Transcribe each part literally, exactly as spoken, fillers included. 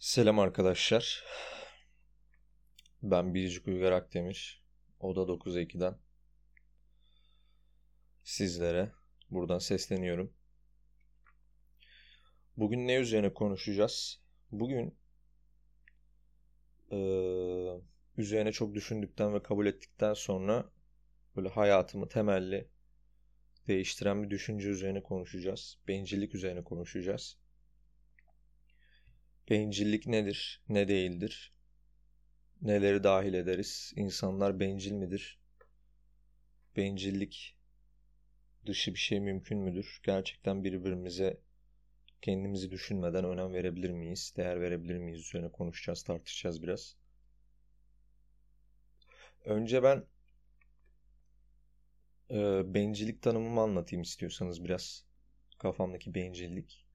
Selam arkadaşlar. Ben Biricik Uygar Akdemir. Oda dokuz ikiden sizlere buradan sesleniyorum. Bugün ne üzerine konuşacağız? Bugün eee, üzerine çok düşündükten ve kabul ettikten sonra böyle hayatımı temelli değiştiren bir düşünce üzerine konuşacağız. Bencillik üzerine konuşacağız. Bencillik nedir, ne değildir? Neleri dahil ederiz? İnsanlar bencil midir? Bencillik dışı bir şey mümkün müdür? Gerçekten birbirimize kendimizi düşünmeden önem verebilir miyiz? Değer verebilir miyiz? Üzerine konuşacağız, tartışacağız biraz. Önce ben e, bencillik tanımımı anlatayım istiyorsanız biraz. Kafamdaki bencillik.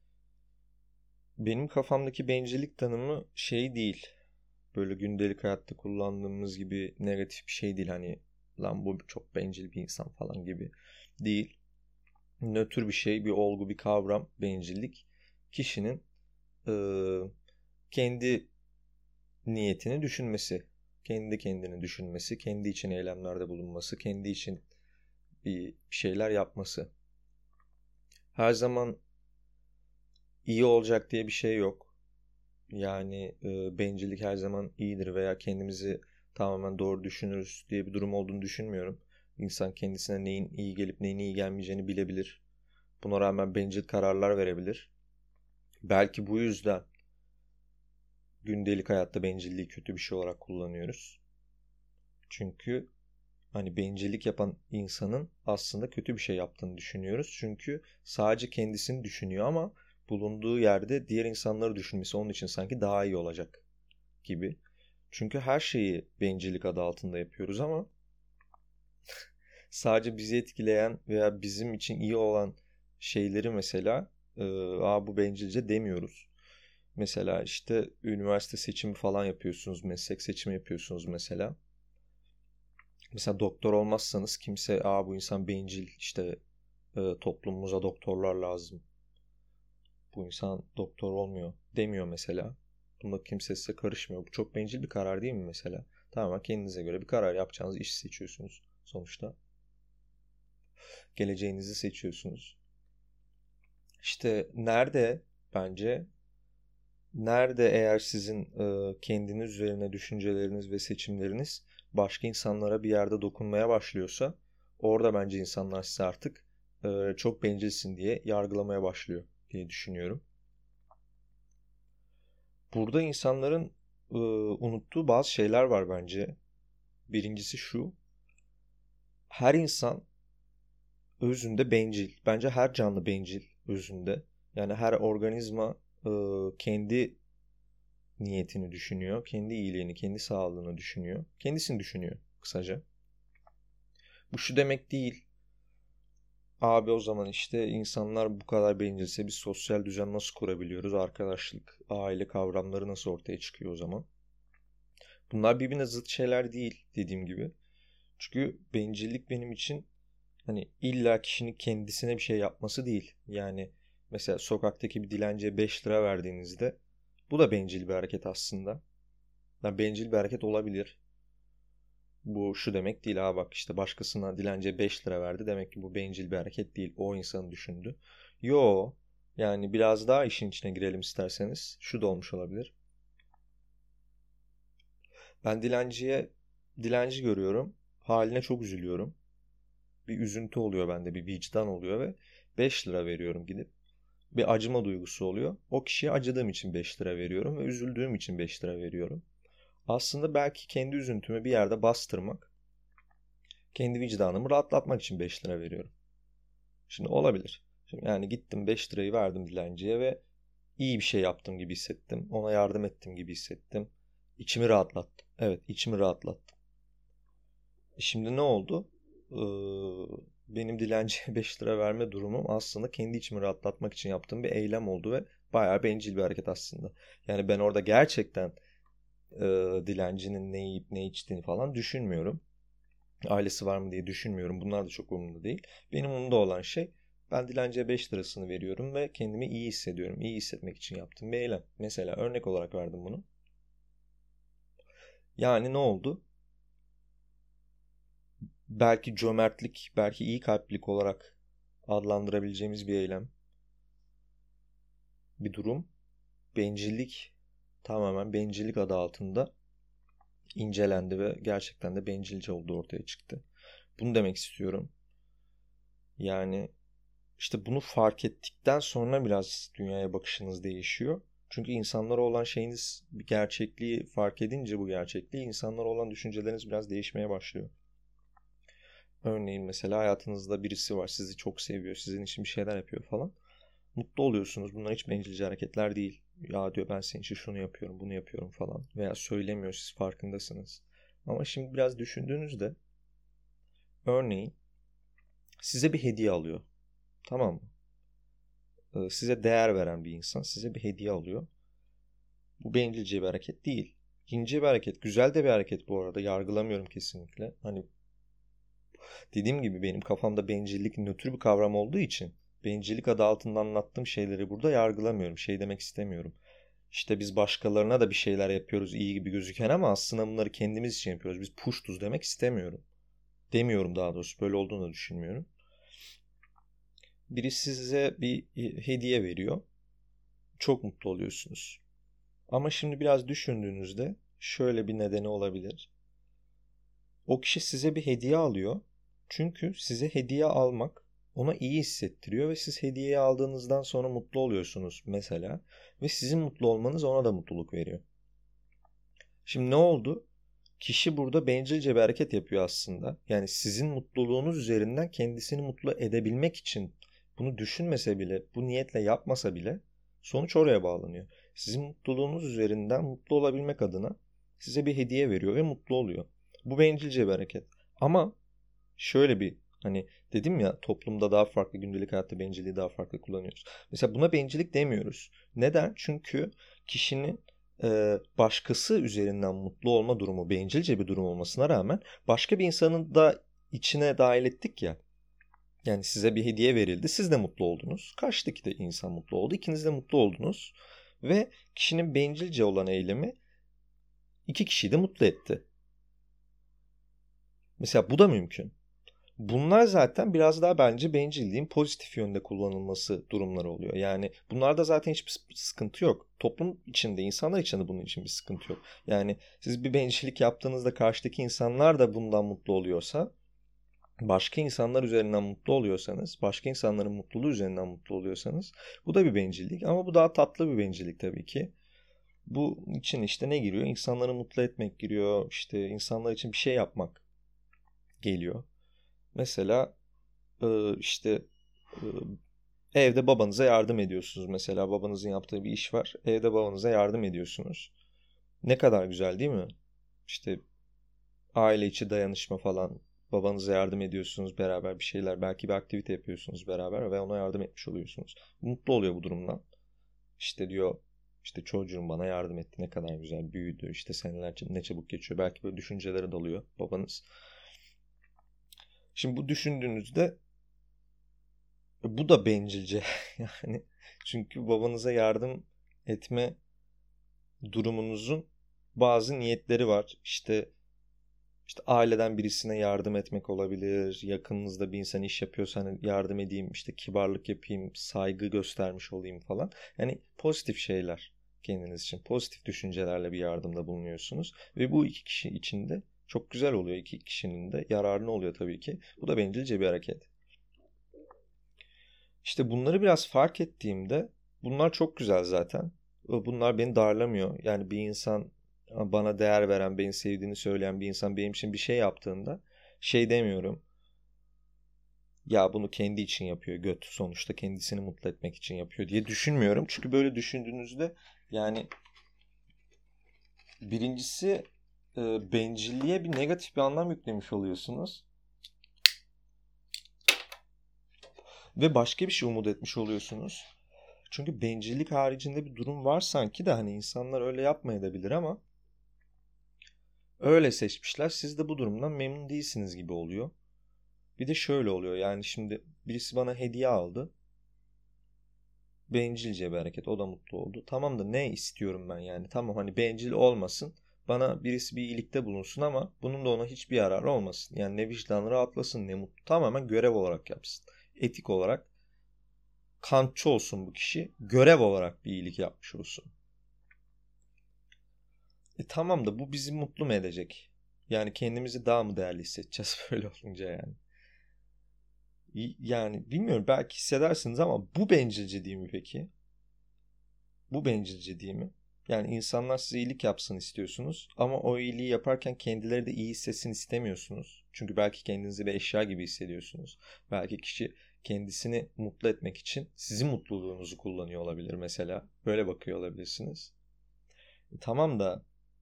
Benim kafamdaki bencillik tanımı şey değil. Böyle gündelik hayatta kullandığımız gibi negatif bir şey değil. Hani lan bu çok bencil bir insan falan gibi değil. Nötr bir şey, bir olgu, bir kavram, bencillik. Kişinin e, kendi niyetini düşünmesi, kendi kendini düşünmesi, kendi için eylemlerde bulunması, kendi için bir şeyler yapması. Her zaman iyi olacak diye bir şey yok. Yani e, bencillik her zaman iyidir veya kendimizi tamamen doğru düşünürüz diye bir durum olduğunu düşünmüyorum. İnsan kendisine neyin iyi gelip neyin iyi gelmeyeceğini bilebilir. Buna rağmen bencil kararlar verebilir. Belki bu yüzden gündelik hayatta bencilliği kötü bir şey olarak kullanıyoruz. Çünkü hani bencillik yapan insanın aslında kötü bir şey yaptığını düşünüyoruz. Çünkü sadece kendisini düşünüyor ama bulunduğu yerde diğer insanları düşünmesi onun için sanki daha iyi olacak gibi. Çünkü her şeyi bencillik adı altında yapıyoruz ama sadece bizi etkileyen veya bizim için iyi olan şeyleri mesela e, Aa, bu bencilce demiyoruz. Mesela işte üniversite seçimi falan yapıyorsunuz, meslek seçimi yapıyorsunuz mesela. Mesela doktor olmazsanız kimse aa bu insan bencil işte e, toplumumuza doktorlar lazım. Bu insan doktor olmuyor demiyor mesela. Bunda kimse size karışmıyor. Bu çok bencil bir karar değil mi mesela? Tamamen kendinize göre bir karar yapacağınız işi seçiyorsunuz sonuçta. Geleceğinizi seçiyorsunuz. İşte nerede bence nerede eğer sizin e, kendiniz üzerine düşünceleriniz ve seçimleriniz başka insanlara bir yerde dokunmaya başlıyorsa orada bence insanlar size artık e, çok bencilsin diye yargılamaya başlıyor diye düşünüyorum. Burada insanların e, unuttuğu bazı şeyler var bence. Birincisi şu. Her insan özünde bencil. Bence her canlı bencil özünde. Yani her organizma e, kendi niyetini düşünüyor. Kendi iyiliğini, kendi sağlığını düşünüyor. Kendisini düşünüyor kısaca. Bu şu demek değil. Abi o zaman işte insanlar bu kadar bencilse biz sosyal düzen nasıl kurabiliyoruz? Arkadaşlık, aile kavramları nasıl ortaya çıkıyor o zaman? Bunlar birbirine zıt şeyler değil dediğim gibi. Çünkü bencillik benim için hani illa kişinin kendisine bir şey yapması değil. Yani mesela sokaktaki bir dilenciye beş lira verdiğinizde bu da bencil bir hareket aslında. Yani bencil bir hareket olabilir. Bu şu demek değil ha bak işte başkasına dilenciye beş lira verdi demek ki bu bencil bir hareket değil. O insanı düşündü. Yo yani biraz daha işin içine girelim isterseniz. Şu da olmuş olabilir. Ben dilenciye dilenci görüyorum. Haline çok üzülüyorum. Bir üzüntü oluyor bende, bir vicdan oluyor ve beş lira veriyorum gidip. Bir acıma duygusu oluyor. O kişiye acıdığım için beş lira veriyorum ve üzüldüğüm için beş lira veriyorum. Aslında belki kendi üzüntümü bir yerde bastırmak, kendi vicdanımı rahatlatmak için beş lira veriyorum. Şimdi olabilir. Şimdi yani gittim beş lirayı verdim dilenciye ve iyi bir şey yaptım gibi hissettim. Ona yardım ettim gibi hissettim. İçimi rahatlattım. Evet, içimi rahatlattım. E şimdi ne oldu? Ee, benim dilenciye beş lira verme durumum aslında kendi içimi rahatlatmak için yaptığım bir eylem oldu ve bayağı bencil bir hareket aslında. Yani ben orada gerçekten e, dilencinin ne yiyip ne içtiğini falan düşünmüyorum. Ailesi var mı diye düşünmüyorum. Bunlar da çok umurumda değil. Benim umurumda olan şey Ben dilenciye beş lirasını veriyorum ve kendimi iyi hissediyorum. İyi hissetmek için yaptığım bir eylem. Mesela örnek olarak verdim bunu. Yani ne oldu? Belki cömertlik, belki iyi kalplilik olarak adlandırabileceğimiz bir eylem. Bir durum. Bencillik, tamamen bencillik adı altında incelendi ve gerçekten de bencilce olduğu ortaya çıktı. Bunu demek istiyorum. Yani işte bunu fark ettikten sonra biraz dünyaya bakışınız değişiyor. Çünkü insanlara olan şeyiniz, bir gerçekliği fark edince bu gerçekliği, insanlara olan düşünceleriniz biraz değişmeye başlıyor. Örneğin mesela hayatınızda birisi var, sizi çok seviyor, sizin için bir şeyler yapıyor falan. Mutlu oluyorsunuz. Bunlar hiç bencilce hareketler değil. Ya diyor, ben senin için şunu yapıyorum, bunu yapıyorum falan. Veya söylemiyor, siz farkındasınız. Ama şimdi biraz düşündüğünüzde, örneğin size bir hediye alıyor. Tamam mı? Ee, Size değer veren bir insan size bir hediye alıyor. Bu bencilce bir hareket değil. İnce bir hareket. Güzel de bir hareket bu arada. Yargılamıyorum kesinlikle. Hani dediğim gibi benim kafamda bencillik nötr bir kavram olduğu için bencillik adı altında anlattığım şeyleri burada yargılamıyorum. Şey demek istemiyorum. İşte biz başkalarına da bir şeyler yapıyoruz iyi gibi gözüken ama aslında bunları kendimiz için yapıyoruz. Biz puştuz demek istemiyorum. Demiyorum daha doğrusu. Böyle olduğunu da düşünmüyorum. Birisi size bir hediye veriyor. Çok mutlu oluyorsunuz. Ama şimdi biraz düşündüğünüzde şöyle bir nedeni olabilir. O kişi size bir hediye alıyor. Çünkü size hediye almak ona iyi hissettiriyor ve siz hediyeyi aldığınızdan sonra mutlu oluyorsunuz mesela. Ve sizin mutlu olmanız ona da mutluluk veriyor. Şimdi ne oldu? Kişi burada bencilce bir hareket yapıyor aslında. Yani sizin mutluluğunuz üzerinden kendisini mutlu edebilmek için bunu düşünmese bile, bu niyetle yapmasa bile sonuç oraya bağlanıyor. Sizin mutluluğunuz üzerinden mutlu olabilmek adına size bir hediye veriyor ve mutlu oluyor. Bu bencilce bir hareket. Ama şöyle bir, hani dedim ya, toplumda daha farklı, gündelik hayatta bencilliği daha farklı kullanıyoruz. Mesela buna bencillik demiyoruz. Neden? Çünkü kişinin e, başkası üzerinden mutlu olma durumu bencilce bir durum olmasına rağmen başka bir insanın da içine dahil ettik ya. Yani size bir hediye verildi. Siz de mutlu oldunuz. Karşıdaki de insan mutlu oldu. İkiniz de mutlu oldunuz. Ve kişinin bencilce olan eylemi iki kişiyi de mutlu etti. Mesela bu da mümkün. Bunlar zaten biraz daha bence bencilliğin pozitif yönde kullanılması durumları oluyor. Yani bunlarda zaten hiçbir sıkıntı yok. Toplum içinde, insanlar içinde bunun için bir sıkıntı yok. Yani siz bir bencillik yaptığınızda karşıdaki insanlar da bundan mutlu oluyorsa, başka insanlar üzerinden mutlu oluyorsanız, başka insanların mutluluğu üzerinden mutlu oluyorsanız, bu da bir bencillik. Ama bu daha tatlı bir bencillik tabii ki. Bu için işte ne giriyor? İnsanları mutlu etmek giriyor. İşte insanlar için bir şey yapmak geliyor. Mesela e, işte e, evde babanıza yardım ediyorsunuz. Mesela babanızın yaptığı bir iş var. Evde babanıza yardım ediyorsunuz. Ne kadar güzel değil mi? İşte aile içi dayanışma falan. Babanıza yardım ediyorsunuz beraber bir şeyler. Belki bir aktivite yapıyorsunuz beraber ve ona yardım etmiş oluyorsunuz. Mutlu oluyor bu durumdan. İşte diyor, işte çocuğum bana yardım etti. Ne kadar güzel büyüdü. İşte seneler ne çabuk geçiyor. Belki böyle düşüncelere dalıyor babanız. Şimdi bu düşündüğünüzde bu da bencilce yani, çünkü babanıza yardım etme durumunuzun bazı niyetleri var. İşte işte aileden birisine yardım etmek olabilir. Yakınınızda bir insan iş yapıyorsa hani yardım edeyim, işte kibarlık yapayım, saygı göstermiş olayım falan. Yani pozitif şeyler, kendiniz için pozitif düşüncelerle bir yardımda bulunuyorsunuz ve bu iki kişi için de çok güzel oluyor. İki kişinin de yararına oluyor tabii ki. Bu da bencilce bir hareket. İşte bunları biraz fark ettiğimde, bunlar çok güzel zaten. Bunlar beni darlamıyor. Yani bir insan, bana değer veren, beni sevdiğini söyleyen bir insan benim için bir şey yaptığında şey demiyorum. Ya bunu kendi için yapıyor göt. Sonuçta kendisini mutlu etmek için yapıyor diye düşünmüyorum. Çünkü böyle düşündüğünüzde yani birincisi e, bencilliğe bir negatif bir anlam yüklemiş oluyorsunuz. Ve başka bir şey umut etmiş oluyorsunuz. Çünkü bencillik haricinde bir durum var sanki de, hani insanlar öyle yapmayabilir ama öyle seçmişler. Siz de bu durumdan memnun değilsiniz gibi oluyor. Bir de şöyle oluyor, yani şimdi birisi bana hediye aldı. Bencilce bir hareket, o da mutlu oldu. Tamam da ne istiyorum ben yani? Tamam, hani bencil olmasın. Bana birisi bir iyilikte bulunsun ama bunun da ona hiçbir yararı olmasın. Yani ne vicdanı rahatlasın ne mutlu. Tamamen görev olarak yapsın. Etik olarak kantçı olsun bu kişi. Görev olarak bir iyilik yapmış olsun. E tamam da bu bizi mutlu mu edecek? Yani kendimizi daha mı değerli hissedeceğiz böyle olunca yani? Yani bilmiyorum, belki hissedersiniz ama bu bencilce değil mi peki? Bu bencilce değil mi? Yani insanlar size iyilik yapsın istiyorsunuz ama o iyiliği yaparken kendileri de iyi hissetsin istemiyorsunuz. Çünkü belki kendinizi bir eşya gibi hissediyorsunuz. Belki kişi kendisini mutlu etmek için sizin mutluluğunuzu kullanıyor olabilir mesela. Böyle bakıyor olabilirsiniz. E, tamam da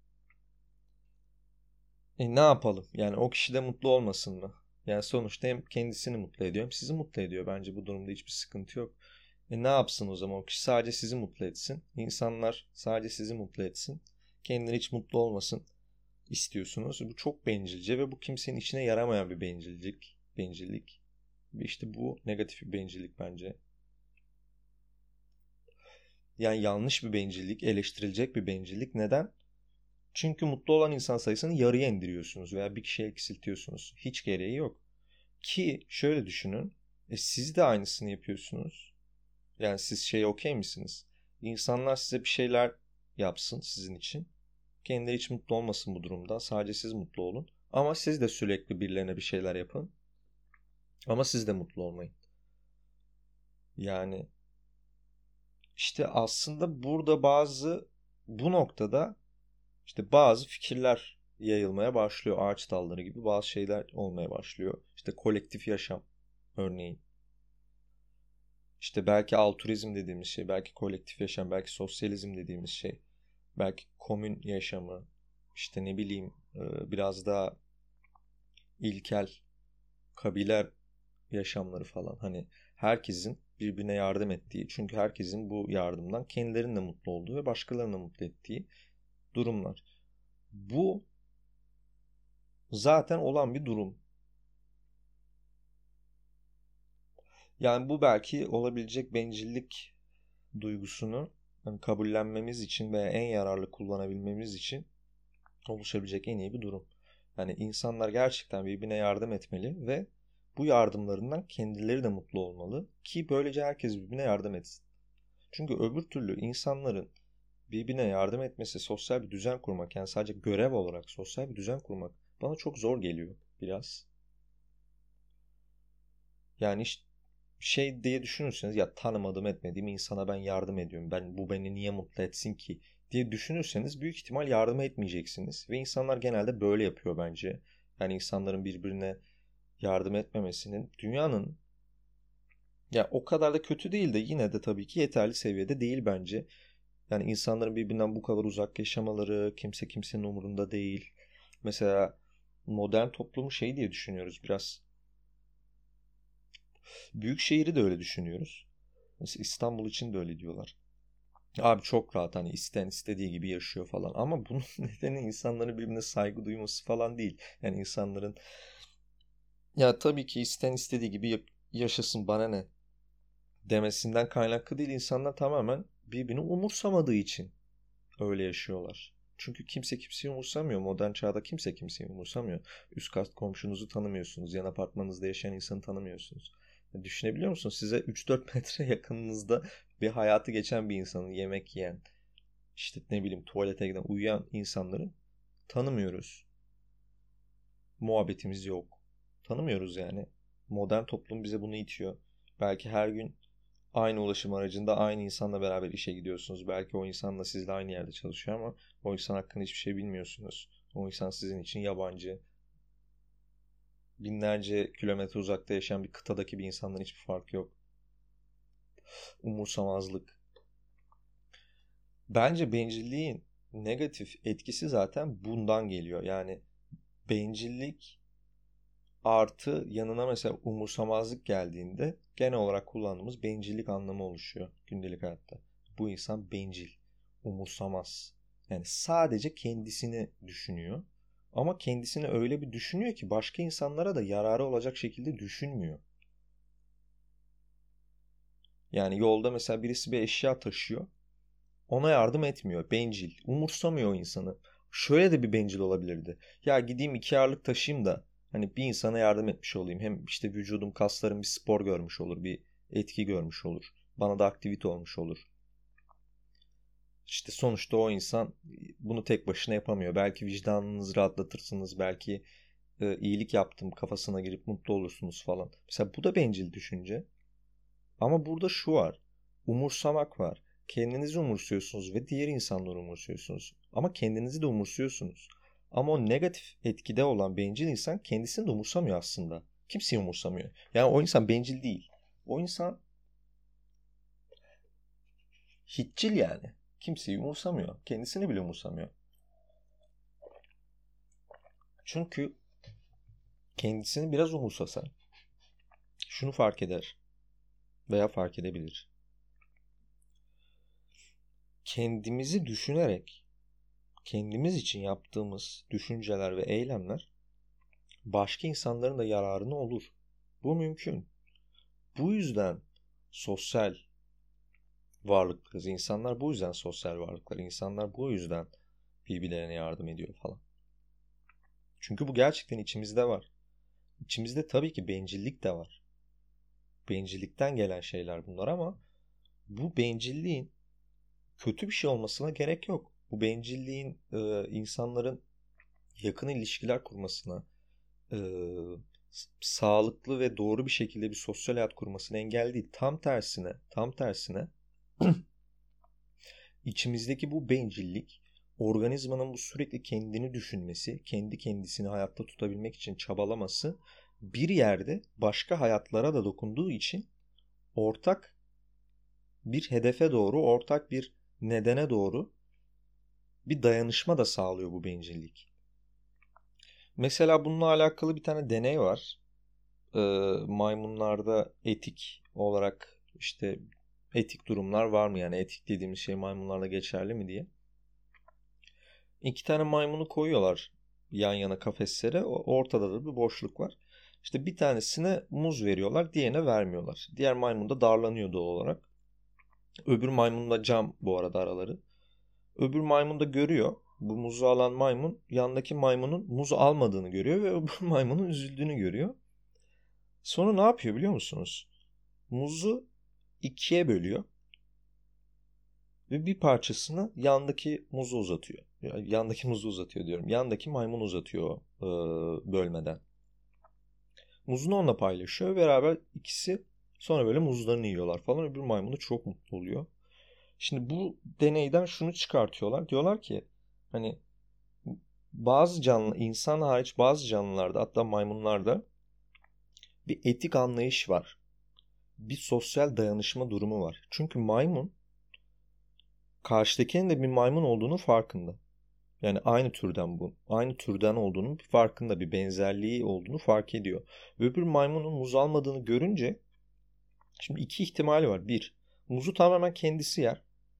e, ne yapalım? Yani o kişi de mutlu olmasın mı? Yani sonuçta hem kendisini mutlu ediyor hem sizi mutlu ediyor. Bence bu durumda hiçbir sıkıntı yok. E ne yapsın o zaman? O kişi sadece sizi mutlu etsin. İnsanlar sadece sizi mutlu etsin. Kendileri hiç mutlu olmasın istiyorsunuz. Bu çok bencilce ve bu kimsenin işine yaramayan bir bencillik. Bencillik. Ve işte bu negatif bir bencillik bence. Yani yanlış bir bencillik, eleştirilecek bir bencillik. Neden? Çünkü mutlu olan insan sayısını yarıya indiriyorsunuz veya bir kişiye eksiltiyorsunuz. Hiç gereği yok. Ki şöyle düşünün. E siz de aynısını yapıyorsunuz. Yani siz şey okey misiniz? İnsanlar size bir şeyler yapsın sizin için. Kendileri hiç mutlu olmasın bu durumda. Sadece siz mutlu olun. Ama siz de sürekli birilerine bir şeyler yapın. Ama siz de mutlu olmayın. Yani işte aslında burada bazı, bu noktada işte bazı fikirler yayılmaya başlıyor. Ağaç dalları gibi bazı şeyler olmaya başlıyor. İşte kolektif yaşam örneğin. İşte belki altruizm dediğimiz şey, belki kolektif yaşam, belki sosyalizm dediğimiz şey, belki komün yaşamı, işte ne bileyim biraz daha ilkel kabiler yaşamları falan. Hani herkesin birbirine yardım ettiği, çünkü herkesin bu yardımdan kendilerinin de mutlu olduğu ve başkalarını da mutlu ettiği durumlar. Bu zaten olan bir durum. Yani bu belki olabilecek bencillik duygusunu yani kabullenmemiz için veya en yararlı kullanabilmemiz için oluşabilecek en iyi bir durum. Yani insanlar gerçekten birbirine yardım etmeli ve bu yardımlarından kendileri de mutlu olmalı ki böylece herkes birbirine yardım etsin. Çünkü öbür türlü insanların birbirine yardım etmesi, sosyal bir düzen kurmak, yani sadece görev olarak sosyal bir düzen kurmak bana çok zor geliyor biraz. Yani işte şey diye düşünürseniz, ya tanımadığım etmediğim insana ben yardım ediyorum, ben bu beni niye mutlu etsin ki diye düşünürseniz büyük ihtimal yardım etmeyeceksiniz. Ve insanlar genelde böyle yapıyor bence. Yani insanların birbirine yardım etmemesinin dünyanın, ya o kadar da kötü değil de yine de tabii ki yeterli seviyede değil bence. Yani insanların birbirinden bu kadar uzak yaşamaları, kimse kimsenin umurunda değil. Mesela modern toplumu şey diye düşünüyoruz biraz. Büyük şehri de öyle düşünüyoruz. Mesela İstanbul için de öyle diyorlar. Abi çok rahat, hani isten istediği gibi yaşıyor falan. Ama bunun nedeni insanların birbirine saygı duyması falan değil. Yani insanların, ya tabii ki isten istediği gibi yaşasın bana ne demesinden kaynaklı değil. İnsanlar tamamen birbirini umursamadığı için öyle yaşıyorlar. Çünkü kimse kimseyi umursamıyor. Modern çağda kimse kimseyi umursamıyor. Üst kat komşunuzu tanımıyorsunuz. Yan apartmanınızda yaşayan insanı tanımıyorsunuz. Düşünebiliyor musunuz? Size üç dört metre yakınınızda bir hayatı geçen bir insanın, yemek yiyen, işte ne bileyim tuvalete giden, uyuyan insanları tanımıyoruz. Muhabbetimiz yok. Tanımıyoruz yani. Modern toplum bize bunu itiyor. Belki her gün aynı ulaşım aracında aynı insanla beraber işe gidiyorsunuz. Belki o insanla sizle aynı yerde çalışıyor ama o insan hakkında hiçbir şey bilmiyorsunuz. O insan sizin için yabancı. Binlerce kilometre uzakta yaşayan bir kıtadaki bir insandan hiçbir fark yok. Umursamazlık. Bence bencilliğin negatif etkisi zaten bundan geliyor. Yani bencillik artı yanına mesela umursamazlık geldiğinde genel olarak kullandığımız bencillik anlamı oluşuyor gündelik hayatta. Bu insan bencil, umursamaz. Yani sadece kendisini düşünüyor Ama kendisini öyle bir düşünüyor ki başka insanlara da yararı olacak şekilde düşünmüyor. Yani yolda mesela birisi bir eşya taşıyor. Ona yardım etmiyor. Bencil. Umursamıyor o insanı. Şöyle de bir bencil olabilirdi. Ya gideyim iki ağırlık taşıyayım da hani bir insana yardım etmiş olayım. Hem işte vücudum, kaslarım bir spor görmüş olur. Bir etki görmüş olur. Bana da aktivite olmuş olur. İşte sonuçta o insan bunu tek başına yapamıyor. Belki vicdanınızı rahatlatırsınız. Belki e, iyilik yaptım kafasına girip mutlu olursunuz falan. Mesela bu da bencil düşünce. Ama burada şu var. Umursamak var. Kendinizi umursuyorsunuz ve diğer insanları umursuyorsunuz. Ama kendinizi de umursuyorsunuz. Ama o negatif etkide olan bencil insan kendisini de umursamıyor aslında. Kimseyi umursamıyor. Yani o insan bencil değil. O insan hiççil yani. Kimseyi umursamıyor. Kendisini bile umursamıyor. Çünkü kendisini biraz umursasa şunu fark eder veya fark edebilir. Kendimizi düşünerek kendimiz için yaptığımız düşünceler ve eylemler başka insanların da yararına olur. Bu mümkün. Bu yüzden sosyal varlıklarız. İnsanlar bu yüzden sosyal varlıklar. İnsanlar bu yüzden birbirlerine yardım ediyor falan. Çünkü bu gerçekten içimizde var. İçimizde tabii ki bencillik de var. Bencillikten gelen şeyler bunlar ama bu bencilliğin kötü bir şey olmasına gerek yok. Bu bencilliğin e, insanların yakın ilişkiler kurmasına, e, sağlıklı ve doğru bir şekilde bir sosyal hayat kurmasını engel değil. Tam tersine, tam tersine içimizdeki bu bencillik, organizmanın bu sürekli kendini düşünmesi, kendi kendisini hayatta tutabilmek için çabalaması bir yerde başka hayatlara da dokunduğu için ortak bir hedefe doğru, ortak bir nedene doğru bir dayanışma da sağlıyor bu bencillik. Mesela bununla alakalı bir tane deney var. Ee, maymunlarda etik olarak işte etik durumlar var mı? Yani etik dediğimiz şey maymunlarda geçerli mi diye. İki tane maymunu koyuyorlar yan yana kafeslere. Ortada da bir boşluk var. İşte bir tanesine muz veriyorlar, diğerine vermiyorlar. Diğer maymun da darlanıyor doğal olarak. Öbür maymun da cam bu arada araları. Öbür maymun da görüyor. Bu muzu alan maymun yandaki maymunun muzu almadığını görüyor ve öbür maymunun üzüldüğünü görüyor. Sonra ne yapıyor biliyor musunuz? Muzu ikiye bölüyor ve bir parçasını yandaki muzu uzatıyor. Yani yandaki muzu uzatıyor diyorum. Yandaki maymun uzatıyor e, bölmeden. Muzunu onunla paylaşıyor. Beraber ikisi sonra böyle muzlarını yiyorlar falan. Öbür maymun da çok mutlu oluyor. Şimdi bu deneyden şunu çıkartıyorlar. Diyorlar ki hani bazı canlı, insan hariç bazı canlılarda hatta maymunlarda bir etik anlayış var. Bir sosyal dayanışma durumu var. Çünkü maymun karşıdakinin de bir maymun olduğunu farkında. Yani aynı türden bu. Aynı türden olduğunun bir farkında, bir benzerliği olduğunu fark ediyor. Öbür maymunun muz almadığını görünce şimdi iki ihtimali var. Bir, muzu tamamen kendisi yer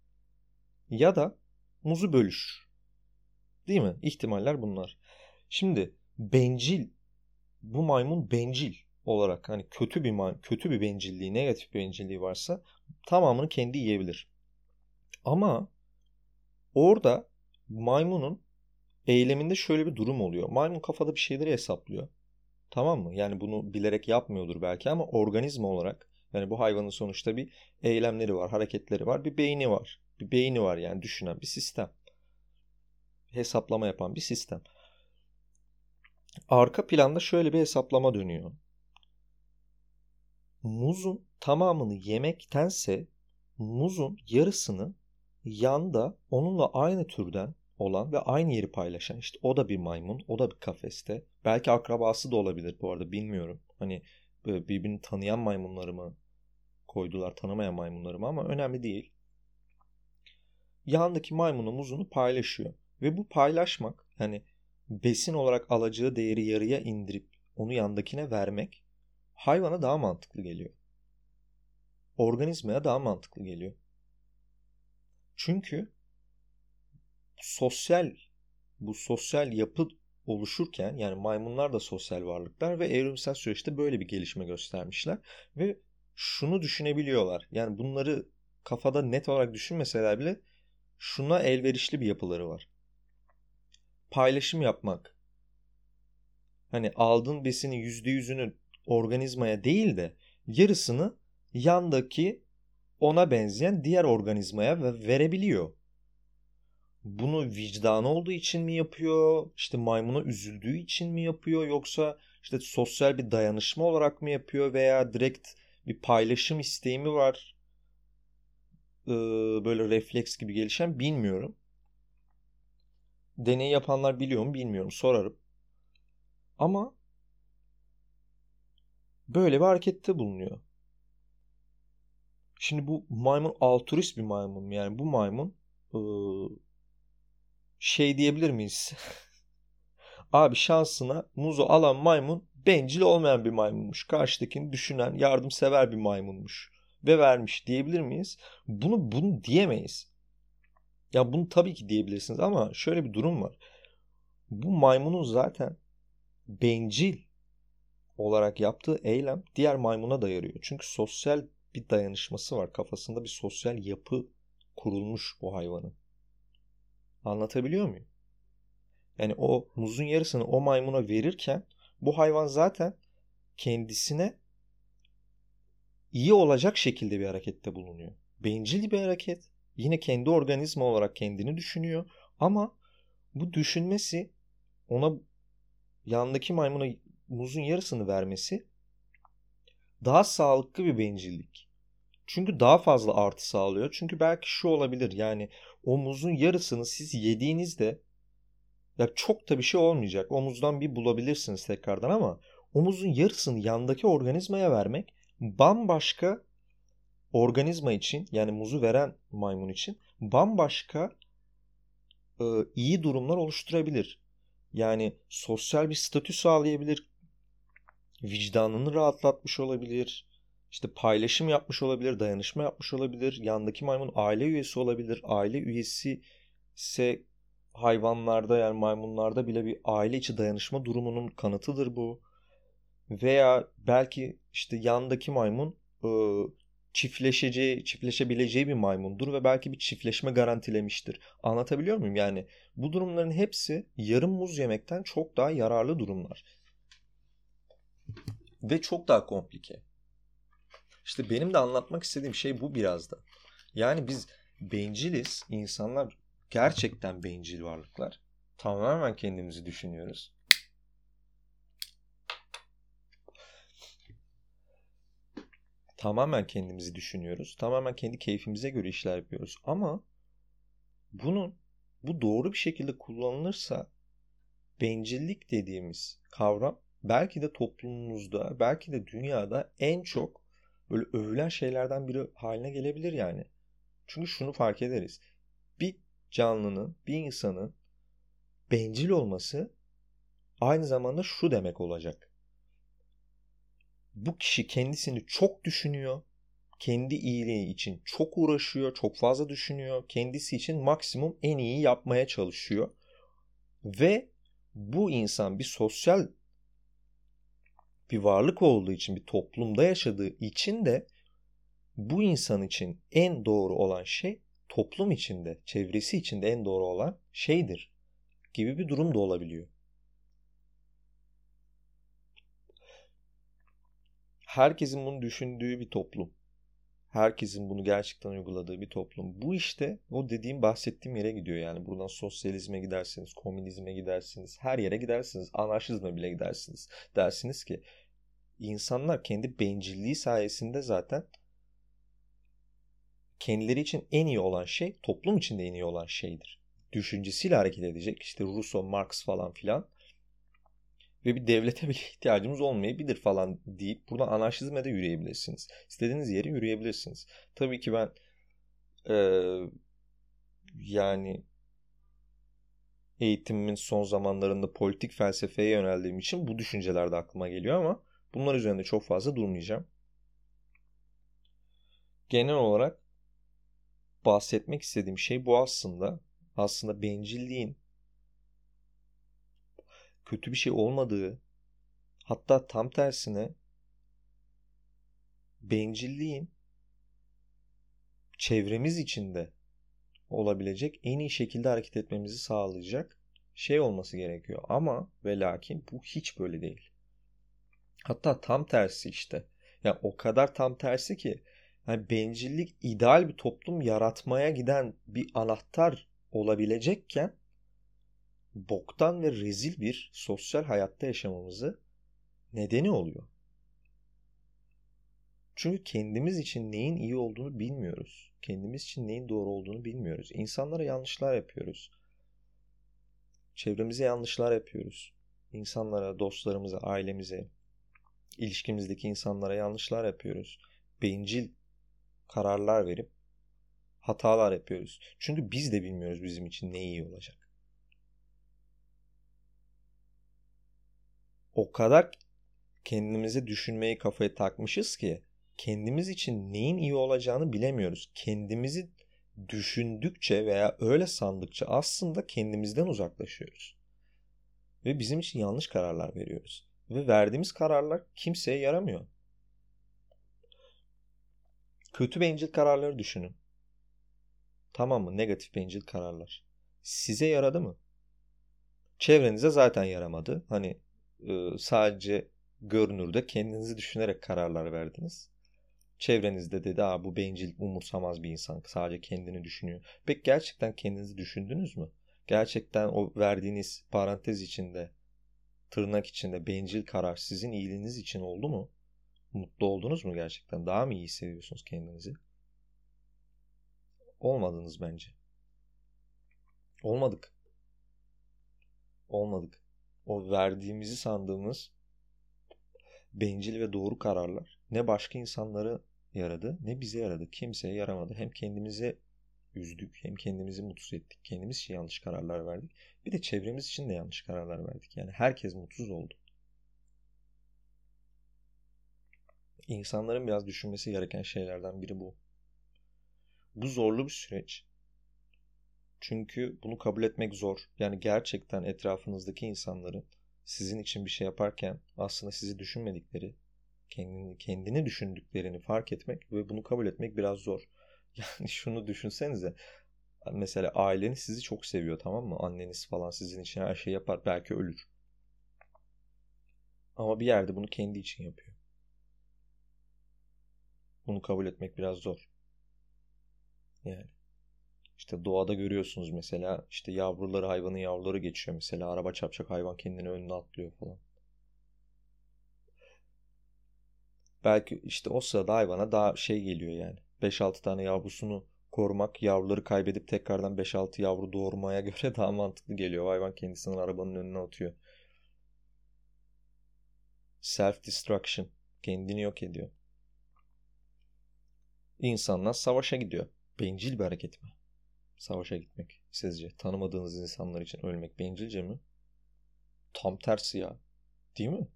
ya da muzu bölüşür. Değil mi? İhtimaller bunlar. Şimdi bencil, bu maymun bencil olarak hani kötü bir may- kötü bir bencilliği, negatif bir bencilliği varsa tamamını kendi yiyebilir. Ama orada maymunun eyleminde şöyle bir durum oluyor. Maymun kafada bir şeyleri hesaplıyor. Tamam mı? Yani bunu bilerek yapmıyordur belki ama organizma olarak yani bu hayvanın sonuçta bir eylemleri var, hareketleri var, bir beyni var. Bir beyni var yani düşünen bir sistem. Hesaplama yapan bir sistem. Arka planda şöyle bir hesaplama dönüyor. Muzun tamamını yemektense muzun yarısını yanda onunla aynı türden olan ve aynı yeri paylaşan işte o da bir maymun, o da bir kafeste. Belki akrabası da olabilir bu arada bilmiyorum. Hani birbirini tanıyan maymunları mı koydular, tanımayan maymunları mı ama önemli değil. Yandaki maymunun muzunu paylaşıyor. Ve bu paylaşmak yani besin olarak alacağı değeri yarıya indirip onu yandakine vermek hayvana daha mantıklı geliyor. Organizmaya daha mantıklı geliyor. Çünkü sosyal bu sosyal yapı oluşurken, yani maymunlar da sosyal varlıklar ve evrimsel süreçte böyle bir gelişme göstermişler ve şunu düşünebiliyorlar. Yani bunları kafada net olarak düşünmeseler bile şuna elverişli bir yapıları var. Paylaşım yapmak. Hani aldığın besinin yüzde yüzünü organizmaya değil de yarısını yandaki ona benzeyen diğer organizmaya verebiliyor. Bunu vicdanı olduğu için mi yapıyor? İşte maymuna üzüldüğü için mi yapıyor? Yoksa işte sosyal bir dayanışma olarak mı yapıyor? Veya direkt bir paylaşım isteği mi var? Ee, böyle refleks gibi gelişen bilmiyorum. Deney yapanlar biliyor mu bilmiyorum. Sorarım. Ama böyle bir harekette bulunuyor. Şimdi bu maymun altruist bir maymun mu? Yani bu maymun ıı, şey diyebilir miyiz? Abi şansına muzu alan maymun bencil olmayan bir maymunmuş. Karşıdakini düşünen, yardımsever bir maymunmuş. Ve vermiş diyebilir miyiz? Bunu bunu diyemeyiz. Ya bunu tabii ki diyebilirsiniz ama şöyle bir durum var. Bu maymunun zaten bencil olarak yaptığı eylem diğer maymuna da yarıyor. Çünkü sosyal bir dayanışması var. Kafasında bir sosyal yapı kurulmuş bu hayvanın. Anlatabiliyor muyum? Yani o muzun yarısını o maymuna verirken bu hayvan zaten kendisine iyi olacak şekilde bir harekette bulunuyor. Bencil bir hareket. Yine kendi organizma olarak kendini düşünüyor. Ama bu düşünmesi ona yanındaki maymuna muzun yarısını vermesi daha sağlıklı bir bencillik. Çünkü daha fazla artı sağlıyor. Çünkü belki şu olabilir, yani o muzun yarısını siz yediğinizde ya çok da bir şey olmayacak. O muzdan bir bulabilirsiniz tekrardan ama o muzun yarısını yandaki organizmaya vermek bambaşka organizma için, yani muzu veren maymun için bambaşka e, iyi durumlar oluşturabilir. Yani sosyal bir statü sağlayabilir, vicdanını rahatlatmış olabilir, işte paylaşım yapmış olabilir, dayanışma yapmış olabilir, yandaki maymun aile üyesi olabilir, aile üyesi ise hayvanlarda, yani maymunlarda bile bir aile içi dayanışma durumunun kanıtıdır bu. Veya belki işte yandaki maymun e, çiftleşeceği, çiftleşebileceği bir maymundur ve belki bir çiftleşme garantilemiştir. Anlatabiliyor muyum? Yani bu durumların hepsi yarım muz yemekten çok daha yararlı durumlar. Ve çok daha komplike. İşte benim de anlatmak istediğim şey bu biraz da. Yani biz benciliz. İnsanlar gerçekten bencil varlıklar. Tamamen kendimizi düşünüyoruz. Tamamen kendimizi düşünüyoruz. Tamamen kendi keyfimize göre işler yapıyoruz. Ama bunun bu doğru bir şekilde kullanılırsa bencillik dediğimiz kavram belki de toplumumuzda, belki de dünyada en çok böyle övülen şeylerden biri haline gelebilir yani. Çünkü şunu fark ederiz. Bir canlının, bir insanın bencil olması aynı zamanda şu demek olacak: bu kişi kendisini çok düşünüyor, kendi iyiliği için çok uğraşıyor, çok fazla düşünüyor, kendisi için maksimum en iyi yapmaya çalışıyor ve bu insan bir sosyal bir varlık olduğu için, bir toplumda yaşadığı için de bu insan için en doğru olan şey toplum içinde, çevresi içinde en doğru olan şeydir gibi bir durum da olabiliyor. Herkesin bunu düşündüğü bir toplum. Herkesin bunu gerçekten uyguladığı bir toplum. Bu işte o dediğim, bahsettiğim yere gidiyor yani. Buradan sosyalizme gidersiniz, komünizme gidersiniz, her yere gidersiniz, anarşizme bile gidersiniz. Dersiniz ki insanlar kendi bencilliği sayesinde zaten kendileri için en iyi olan şey toplum için de en iyi olan şeydir düşüncesiyle hareket edecek. İşte Rousseau, Marx falan filan. Ve bir devlete bile ihtiyacımız olmayabilir falan deyip buradan anarşizme de yürüyebilirsiniz. İstediğiniz yere yürüyebilirsiniz. Tabii ki ben ee, yani eğitimimin son zamanlarında politik felsefeye yöneldiğim için bu düşünceler de aklıma geliyor ama bunlar üzerinde çok fazla durmayacağım. Genel olarak bahsetmek istediğim şey bu aslında. Aslında bencilliğin kötü bir şey olmadığı, hatta tam tersine bencilliğin çevremiz içinde olabilecek en iyi şekilde hareket etmemizi sağlayacak şey olması gerekiyor. Ama ve lakin bu hiç böyle değil. Hatta tam tersi işte. Yani o kadar tam tersi ki yani bencillik ideal bir toplum yaratmaya giden bir anahtar olabilecekken boktan ve rezil bir sosyal hayatta yaşamamızı nedeni oluyor. Çünkü kendimiz için neyin iyi olduğunu bilmiyoruz. Kendimiz için neyin doğru olduğunu bilmiyoruz. İnsanlara yanlışlar yapıyoruz. Çevremize yanlışlar yapıyoruz. İnsanlara, dostlarımıza, ailemize, ilişkimizdeki insanlara yanlışlar yapıyoruz. Bencil kararlar verip hatalar yapıyoruz. Çünkü biz de bilmiyoruz bizim için ne iyi olacak. O kadar kendimize düşünmeyi kafaya takmışız ki kendimiz için neyin iyi olacağını bilemiyoruz. Kendimizi düşündükçe veya öyle sandıkça aslında kendimizden uzaklaşıyoruz. Ve bizim için yanlış kararlar veriyoruz. Ve verdiğimiz kararlar kimseye yaramıyor. Kötü bencil kararları düşünün. Tamam mı? Negatif bencil kararlar. Size yaradı mı? Çevrenize zaten yaramadı. Hani e, sadece görünürde kendinizi düşünerek kararlar verdiniz. Çevrenizde dedi, aa bu bencil, umursamaz bir insan. Sadece kendini düşünüyor. Peki gerçekten kendinizi düşündünüz mü? Gerçekten o verdiğiniz parantez içinde, tırnak içinde bencil karar sizin iyiliğiniz için oldu mu? Mutlu oldunuz mu gerçekten? Daha mı iyi hissediyorsunuz kendinizi? Olmadınız bence. Olmadık. Olmadık. O verdiğimizi sandığımız bencil ve doğru kararlar ne başka insanlara yaradı ne bize yaradı. Kimseye yaramadı. Hem kendimize üzdük hem kendimizi mutsuz ettik. Kendimiz için yanlış kararlar verdik. Bir de çevremiz için de yanlış kararlar verdik. Yani herkes mutsuz oldu. İnsanların biraz düşünmesi gereken şeylerden biri bu. Bu zorlu bir süreç. Çünkü bunu kabul etmek zor. Yani gerçekten etrafınızdaki insanların sizin için bir şey yaparken aslında sizi düşünmedikleri, kendini, kendini düşündüklerini fark etmek ve bunu kabul etmek biraz zor. Yani şunu düşünsenize. Mesela aileniz sizi çok seviyor, tamam mı? Anneniz falan sizin için her şeyi yapar. Belki ölür. Ama bir yerde bunu kendi için yapıyor. Bunu kabul etmek biraz zor. Yani. İşte doğada görüyorsunuz mesela, işte yavruları, hayvanın yavruları geçiyor mesela, araba çarpacak, hayvan kendini önüne atlıyor falan. Belki işte o sırada hayvana daha şey geliyor yani. beş altı tane yavrusunu korumak, yavruları kaybedip tekrardan beş altı yavru doğurmaya göre daha mantıklı geliyor. Hayvan kendisini arabanın önüne atıyor. Self destruction. Kendini yok ediyor. İnsanlar savaşa gidiyor. Bencil bir hareket mi? Savaşa gitmek sizce? Tanımadığınız insanlar için ölmek bencilce mi? Tam tersi ya. Değil mi?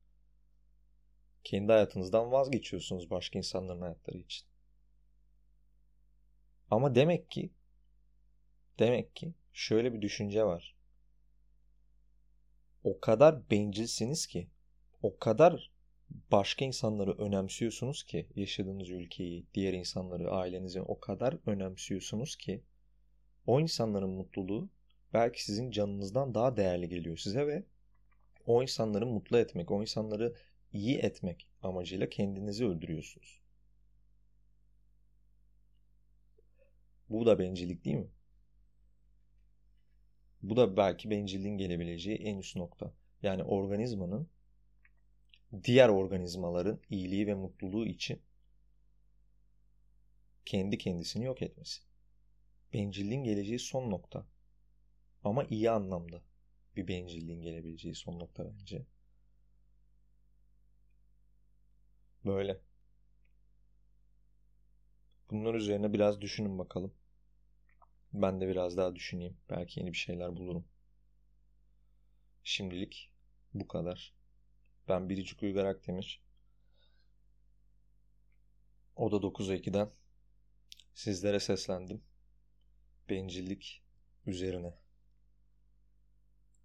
Kendi hayatınızdan vazgeçiyorsunuz başka insanların hayatları için. Ama demek ki demek ki şöyle bir düşünce var. O kadar bencilsiniz ki, o kadar başka insanları önemsiyorsunuz ki, yaşadığınız ülkeyi, diğer insanları, ailenizi o kadar önemsiyorsunuz ki o insanların mutluluğu belki sizin canınızdan daha değerli geliyor size ve o insanları mutlu etmek, o insanları iyi etmek amacıyla kendinizi öldürüyorsunuz. Bu da bencillik değil mi? Bu da belki bencilliğin gelebileceği en üst nokta. Yani organizmanın diğer organizmaların iyiliği ve mutluluğu için kendi kendisini yok etmesi. Bencilliğin geleceği son nokta. Ama iyi anlamda bir bencilliğin gelebileceği son nokta bence. Böyle. Bunlar üzerine biraz düşünün bakalım. Ben de biraz daha düşüneyim. Belki yeni bir şeyler bulurum. Şimdilik bu kadar. Ben Biricik Uygar Akdemir. Oda dokuz ikiden sizlere seslendim. Bencillik üzerine.